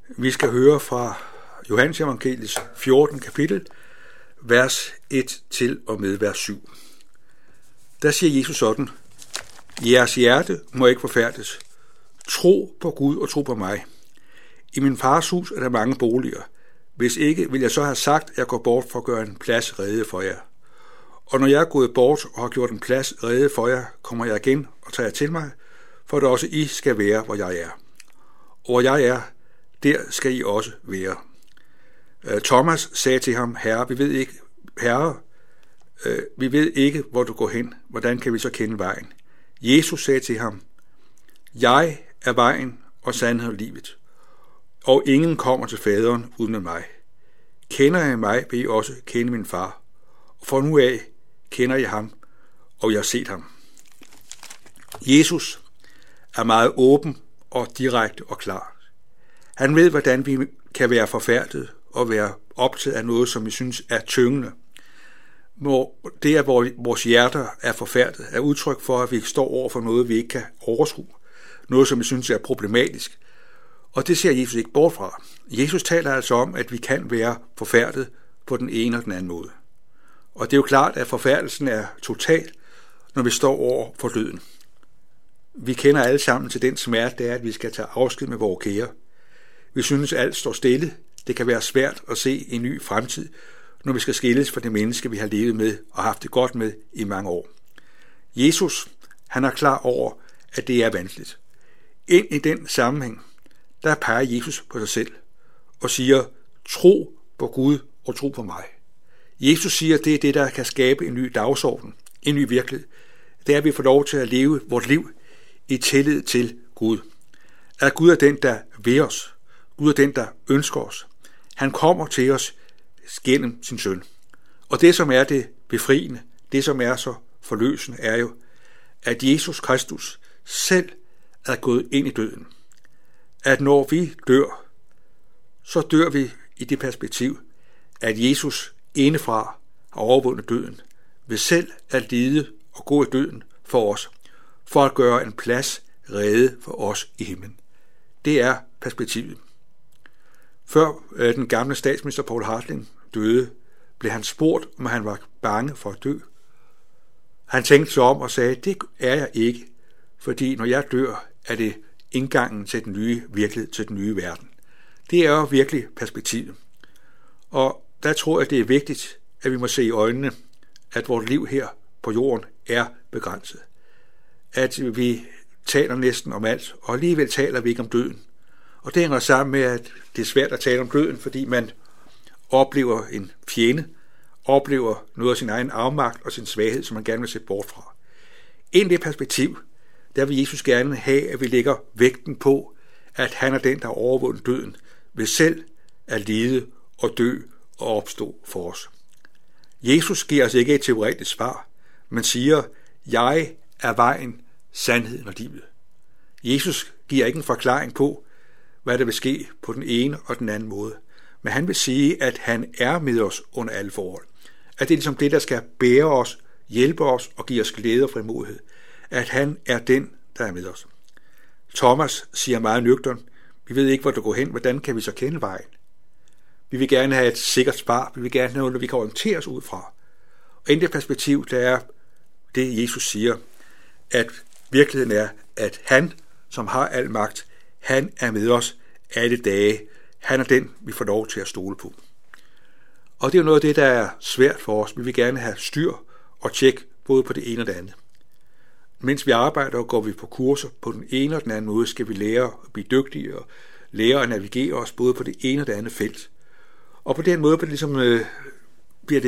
Vi skal høre fra Johannes Evangeliets 14. kapitel, vers 1 til og med vers 7. Der siger Jesus sådan: Jeres hjerte må ikke forfærdes. Tro på Gud og tro på mig. I min fars hus er der mange boliger. Hvis ikke, vil jeg så have sagt, at jeg går bort for at gøre en plads rede for jer. Og når jeg er gået bort og har gjort en plads rede for jer, kommer jeg igen og tager jer til mig, for at også I skal være, hvor jeg er. Og hvor jeg er, der skal I også være. Thomas sagde til ham: Herre, vi ved ikke, hvor du går hen. Hvordan kan vi så kende vejen? Jesus sagde til ham: Jeg er vejen og sandheden og livet, og ingen kommer til faderen uden af mig. Kender I mig, vil I også kende min far. Og fra nu af kender I ham, og jeg har set ham. Jesus er meget åben og direkte og klar. Han ved, hvordan vi kan være forfærdet og være optaget af noget, som vi synes er tyngende. Det, at vores hjerter er forfærdet, er udtryk for, at vi står over for noget, vi ikke kan overskue. Noget, som vi synes er problematisk. Og det ser Jesus ikke bort fra. Jesus taler altså om, at vi kan være forfærdet på den ene og den anden måde. Og det er jo klart, at forfærdelsen er total, når vi står over for døden. Vi kender alle sammen til den smerte, det er, at vi skal tage afsked med vores kære. Vi synes, at alt står stille. Det kan være svært at se en ny fremtid, når vi skal skilles fra det menneske, vi har levet med og haft det godt med i mange år. Jesus, han er klar over, at det er vanskeligt. Ind i den sammenhæng, der peger Jesus på sig selv og siger: tro på Gud og tro på mig. Jesus siger, at det er det, der kan skabe en ny dagsorden, en ny virkelighed. Det er, at vi får lov til at leve vort liv i tillid til Gud. At Gud er den, der vil os. Gud er den, der ønsker os. Han kommer til os gennem sin søn. Og det, som er det befriende, det, som er så forløsende, er jo, at Jesus Kristus selv er gået ind i døden. At når vi dør, så dør vi i det perspektiv, at Jesus indefra har overvundet døden, ved selv at lide og gå i døden for os, for at gøre en plads rede for os i himlen. Det er perspektivet. Før den gamle statsminister Poul Hartling døde, blev han spurgt, om han var bange for at dø. Han tænkte sig om og sagde: det er jeg ikke, fordi når jeg dør, er det indgangen til den nye virkelighed, til den nye verden. Det er jo virkelig perspektivet. Og der tror jeg, det er vigtigt, at vi må se i øjnene, at vores liv her på jorden er begrænset. At vi taler næsten om alt, og alligevel taler vi ikke om døden. Og det hænger sammen med, at det er svært at tale om døden, fordi man oplever en fjende, oplever noget af sin egen afmagt og sin svaghed, som man gerne vil se bort fra. Ind i det perspektiv, der vil Jesus gerne have, at vi lægger vægten på, at han er den, der har overvundet døden, ved selv at lide og dø og opstå for os. Jesus giver os ikke et teoretisk svar, men siger: jeg er vejen, sandheden og livet. Jesus giver ikke en forklaring på, hvad der vil ske på den ene og den anden måde, men han vil sige, at han er med os under alle forhold. At det er ligesom det, der skal bære os, hjælpe os og give os glæde og frimodighed. At han er den, der er med os. Thomas siger meget nøgtern: vi ved ikke, hvor du går hen, hvordan kan vi så kende vejen? Vi vil gerne have et sikkert svar, vi vil gerne have noget, vi kan orientere os ud fra. Og i det perspektiv, der er det, Jesus siger, at virkeligheden er, at han, som har al magt, han er med os alle dage. Han er den, vi får lov til at stole på. Og det er jo noget af det, der er svært for os. Vi vil gerne have styr og tjek både på det ene og det andet. Mens vi arbejder, går vi på kurser på den ene og den anden måde, skal vi lære at blive dygtige og lære at navigere os både på det ene og det andet felt. Og på den måde bliver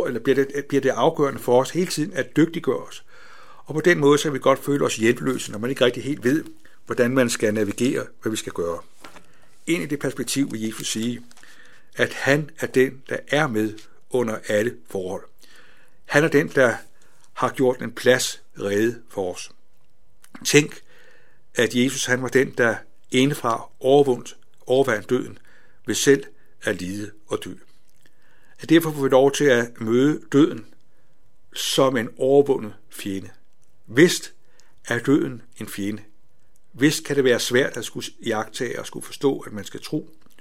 det afgørende for os hele tiden at dygtiggøre os. Og på den måde så kan vi godt føle os hjælpeløse, når man ikke rigtig helt ved, hvordan man skal navigere, hvad vi skal gøre. Ind i det perspektiv vil Jesus sige, at han er den, der er med under alle forhold. Han er den, der har gjort en plads rede for os. Tænk, at Jesus han var den, der indefra overvandt døden ved selv at lide og dø. At derfor får vi lov til at møde døden som en overvundet fjende. Vist er døden en fjende. Vist kan det være svært at skulle iagttage og skulle forstå, at man skal tro.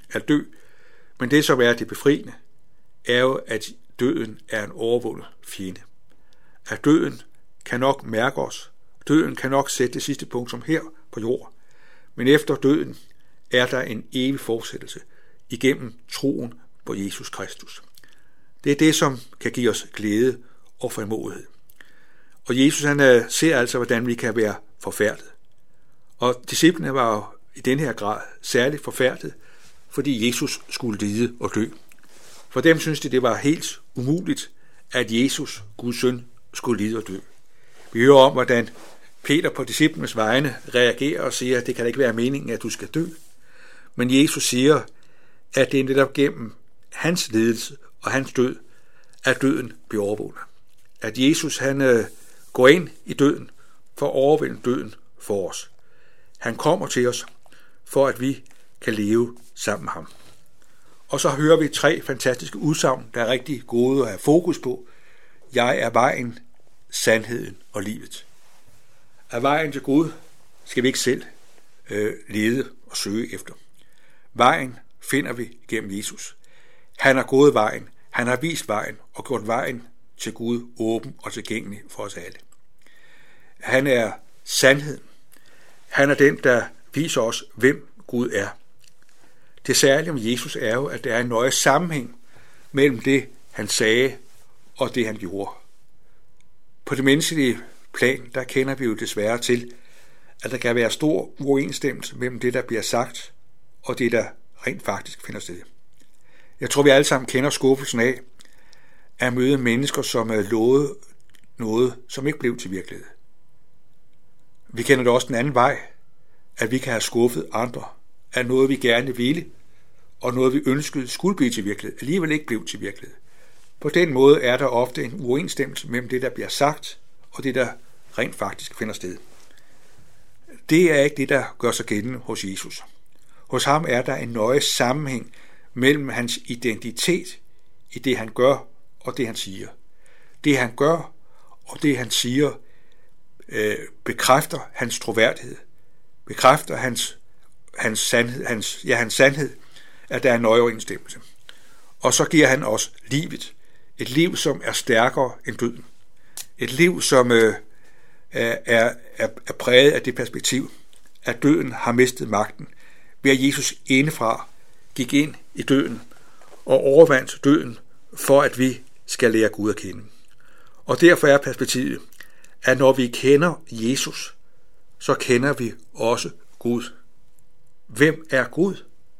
at dø, men det som er det befriende, er jo, at døden er en overvundet fjende. At døden kan nok mærke os, døden kan nok sætte det sidste punktum her på jord, men efter døden er der en evig fortsættelse igennem troen på Jesus Kristus. Det er det, som kan give os glæde og frimodighed. Og Jesus han ser altså, hvordan vi kan være forfærdet. Og disciplene var jo i den her grad særligt forfærdet, fordi Jesus skulle lide og dø. For dem synes det var helt umuligt, at Jesus, Guds søn, skulle lide og dø. Vi hører om, hvordan Peter på disciplenes vegne reagerer og siger, at det kan ikke være meningen, at du skal dø. Men Jesus siger, at det er netop gennem hans lidelse og hans død, at døden bliver overvundet. At Jesus han går ind i døden for at overvinde døden for os. Han kommer til os, for at vi kan leve sammen med ham. Og så hører vi 3 fantastiske udsagn, der er rigtig gode at have fokus på. Jeg er vejen, sandheden og livet. Af vejen til Gud skal vi ikke selv lede og søge efter. Vejen finder vi gennem Jesus. Han har gået vejen, han har vist vejen og gjort vejen til Gud åben og tilgængelig for os alle. Han er sandheden. Han er den, der viser os, hvem Gud er. Det særlige med Jesus er jo, at der er en nøje sammenhæng mellem det, han sagde, og det, han gjorde. På det menneskelige plan, der kender vi jo desværre til, at der kan være stor uoverensstemmelse mellem det, der bliver sagt, og det, der rent faktisk finder sted. Jeg tror, vi alle sammen kender skuffelsen af at møde mennesker, som lovede noget, som ikke blev til virkelighed. Vi kender det også den anden vej, at vi kan have skuffet andre af noget, vi gerne ville, og noget, vi ønskede skulle blive til virkelighed, alligevel ikke blev til virkelighed. På den måde er der ofte en uoverensstemmelse mellem det, der bliver sagt, og det, der rent faktisk finder sted. Det er ikke det, der gør sig gældende hos Jesus. Hos ham er der en nøje sammenhæng mellem hans identitet i det, han gør, og det, han siger. Det, han gør, og det, han siger, bekræfter hans troværdighed, bekræfter hans sandhed, at der er en nøje overensstemmelse. Og så giver han os livet. Et liv, som er stærkere end døden. Et liv, som er præget af det perspektiv, at døden har mistet magten, ved at Jesus indefra gik ind i døden og overvandt døden, for at vi skal lære Gud at kende. Og derfor er perspektivet, at når vi kender Jesus, så kender vi også Gud. Hvem er Gud?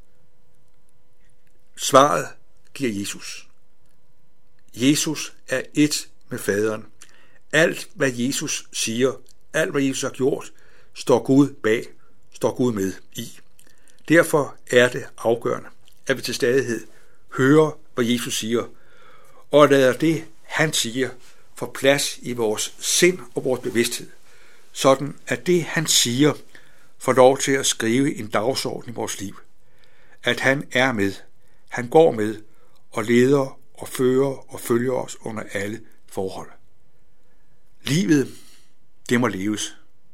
Svaret giver Jesus. Jesus er ét med faderen. Alt, hvad Jesus siger, alt, hvad Jesus har gjort, står Gud bag, står Gud med i. Derfor er det afgørende, at vi til stadighed hører, hvad Jesus siger, og lader det, han siger, få plads i vores sind og vores bevidsthed, sådan at det, han siger, får lov til at skrive en dagsorden i vores liv. At han er med, han går med og leder og fører og følger os under alle forhold. Livet, det må leves.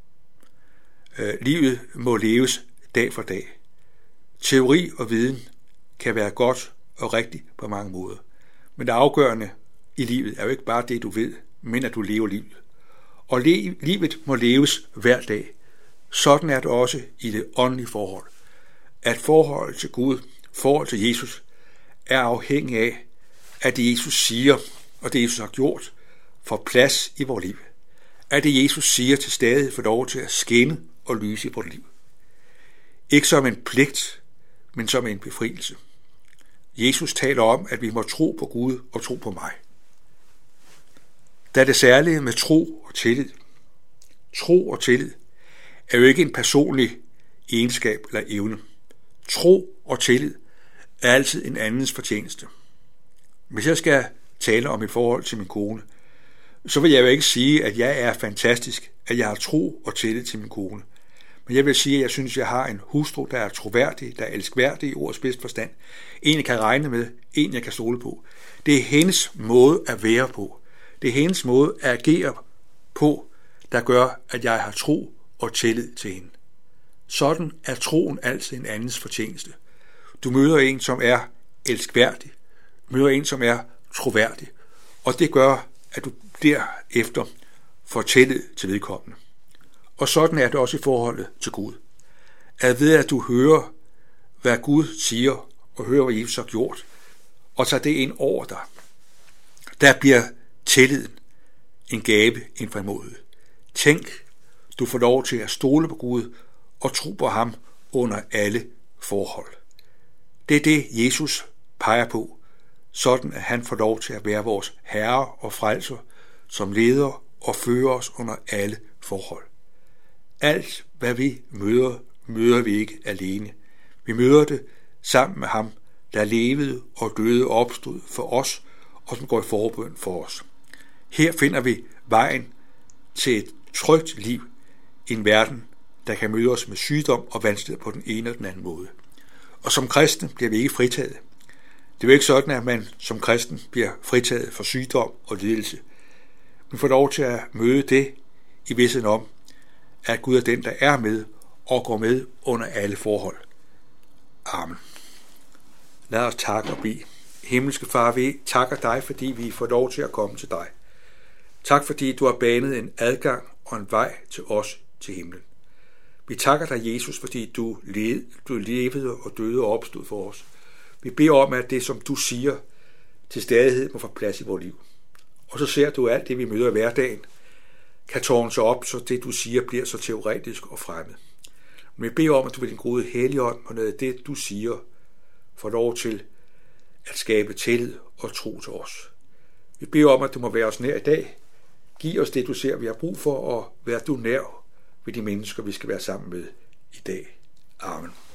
Livet må leves dag for dag. Teori og viden kan være godt og rigtigt på mange måder. Men det afgørende i livet er jo ikke bare det, du ved, men at du lever livet. Og livet må leves hver dag. Sådan er det også i det åndelige forhold. At forholdet til Gud, forholdet til Jesus, er afhængig af, at det Jesus siger, og det Jesus har gjort, får plads i vores liv. At det Jesus siger til stadighed får lov til at skinne og lyse i vores liv. Ikke som en pligt, men som en befrielse. Jesus taler om, at vi må tro på Gud og tro på mig. Der er det særlige med tro og tillid. Tro og tillid er jo ikke en personlig egenskab eller evne. Tro og tillid er altid en andens fortjeneste. Hvis jeg skal tale om et forhold til min kone, så vil jeg jo ikke sige, at jeg er fantastisk, at jeg har tro og tillid til min kone. Men jeg vil sige, at jeg synes, at jeg har en hustru, der er troværdig, der er elskværdig i ordets bedste forstand. En, jeg kan regne med, en, jeg kan stole på. Det er hendes måde at være på. Det er hendes måde at agere på, der gør, at jeg har tro og tillid til hende. Sådan er troen altid en andens fortjeneste. Du møder en, som er elskværdig, møder en, som er troværdig, og det gør, at du derefter får tillid til vedkommende. Og sådan er det også i forholdet til Gud. At ved at du hører, hvad Gud siger, og hører, hvad Jesus har gjort, og tager det ind over dig, der bliver tilliden en gave, en frimodighed. Tænk, du får lov til at stole på Gud og tro på ham under alle forhold. Det er det, Jesus peger på, sådan at han får lov til at være vores herre og frelser, som leder og fører os under alle forhold. Alt, hvad vi møder, møder vi ikke alene. Vi møder det sammen med ham, der levede og døde og opstod for os, og som går i forbøn for os. Her finder vi vejen til et trygt liv i en verden, der kan møde os med sygdom og vanskeligheder på den ene og den anden måde. Og som kristne bliver vi ikke fritaget. Det er jo ikke sådan, at man som kristen bliver fritaget for sygdom og lidelse. Man får lov til at møde det i vidstheden om, at Gud er den, der er med og går med under alle forhold. Amen. Lad os takke og bede. Himmelske Far, vi takker dig, fordi vi får lov til at komme til dig. Tak, fordi du har banet en adgang og en vej til os til himlen. Vi takker dig, Jesus, fordi du levede og døde og opstod for os. Vi beder om, at det, som du siger, til stadighed må få plads i vores liv. Og så ser du alt det, vi møder i hverdagen, kan tårne sig op, så det, du siger, bliver så teoretisk og fremmed. Men vi beder om, at du ved din gode Helligånd og noget af det, du siger, får lov til at skabe tillid og tro til os. Vi beder om, at du må være os nær i dag. Giv os det, du ser, vi har brug for, og vær du nær ved de mennesker, vi skal være sammen med i dag. Amen.